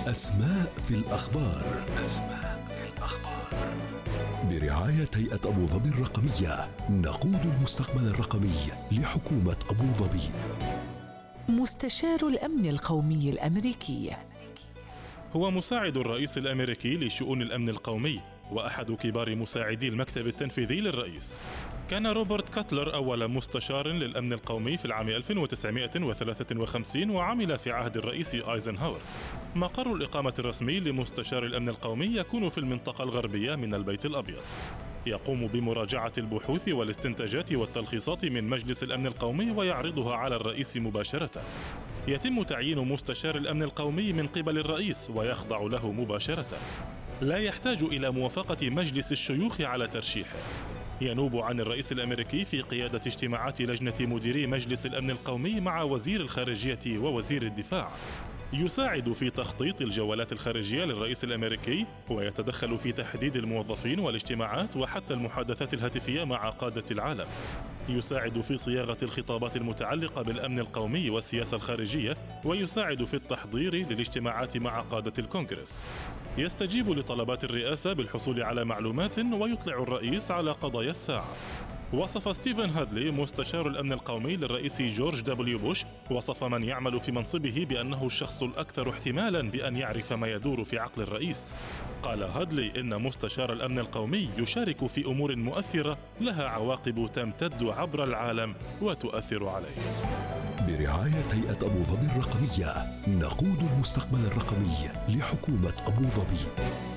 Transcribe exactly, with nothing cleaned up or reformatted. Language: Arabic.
أسماء في الأخبار. أسماء في الأخبار برعاية هيئة أبو ظبي الرقمية. نقود المستقبل الرقمي لحكومة أبو ظبي. مستشار الأمن القومي الأمريكي. هو مساعد الرئيس الأمريكي لشؤون الأمن القومي وأحد كبار مساعدي المكتب التنفيذي للرئيس. كان روبرت كاتلر أول مستشار للأمن القومي في العام ألف وتسعمائة وثلاثة وخمسين وعمل في عهد الرئيس آيزنهاور. مقر الإقامة الرسمي لمستشار الأمن القومي يكون في المنطقة الغربية من البيت الأبيض. يقوم بمراجعة البحوث والاستنتاجات والتلخيصات من مجلس الأمن القومي ويعرضها على الرئيس مباشرة. يتم تعيين مستشار الأمن القومي من قبل الرئيس ويخضع له مباشرة. لا يحتاج إلى موافقة مجلس الشيوخ على ترشيحه. ينوب عن الرئيس الأمريكي في قيادة اجتماعات لجنة مديري مجلس الأمن القومي مع وزير الخارجية ووزير الدفاع. يساعد في تخطيط الجولات الخارجية للرئيس الأمريكي ويتدخل في تحديد الموظفين والاجتماعات وحتى المحادثات الهاتفية مع قادة العالم. يساعد في صياغة الخطابات المتعلقة بالأمن القومي والسياسة الخارجية ويساعد في التحضير للاجتماعات مع قادة الكونغرس. يستجيب لطلبات الرئاسة بالحصول على معلومات ويطلع الرئيس على قضايا الساعة. وصف ستيفن هادلي مستشار الأمن القومي للرئيس جورج دبليو بوش وصف من يعمل في منصبه بأنه الشخص الأكثر احتمالاً بأن يعرف ما يدور في عقل الرئيس. قال هادلي إن مستشار الأمن القومي يشارك في أمور مؤثرة لها عواقب تمتد عبر العالم وتؤثر عليه. برعاية هيئة أبو ظبي الرقمية. نقود المستقبل الرقمي لحكومة أبو ظبي.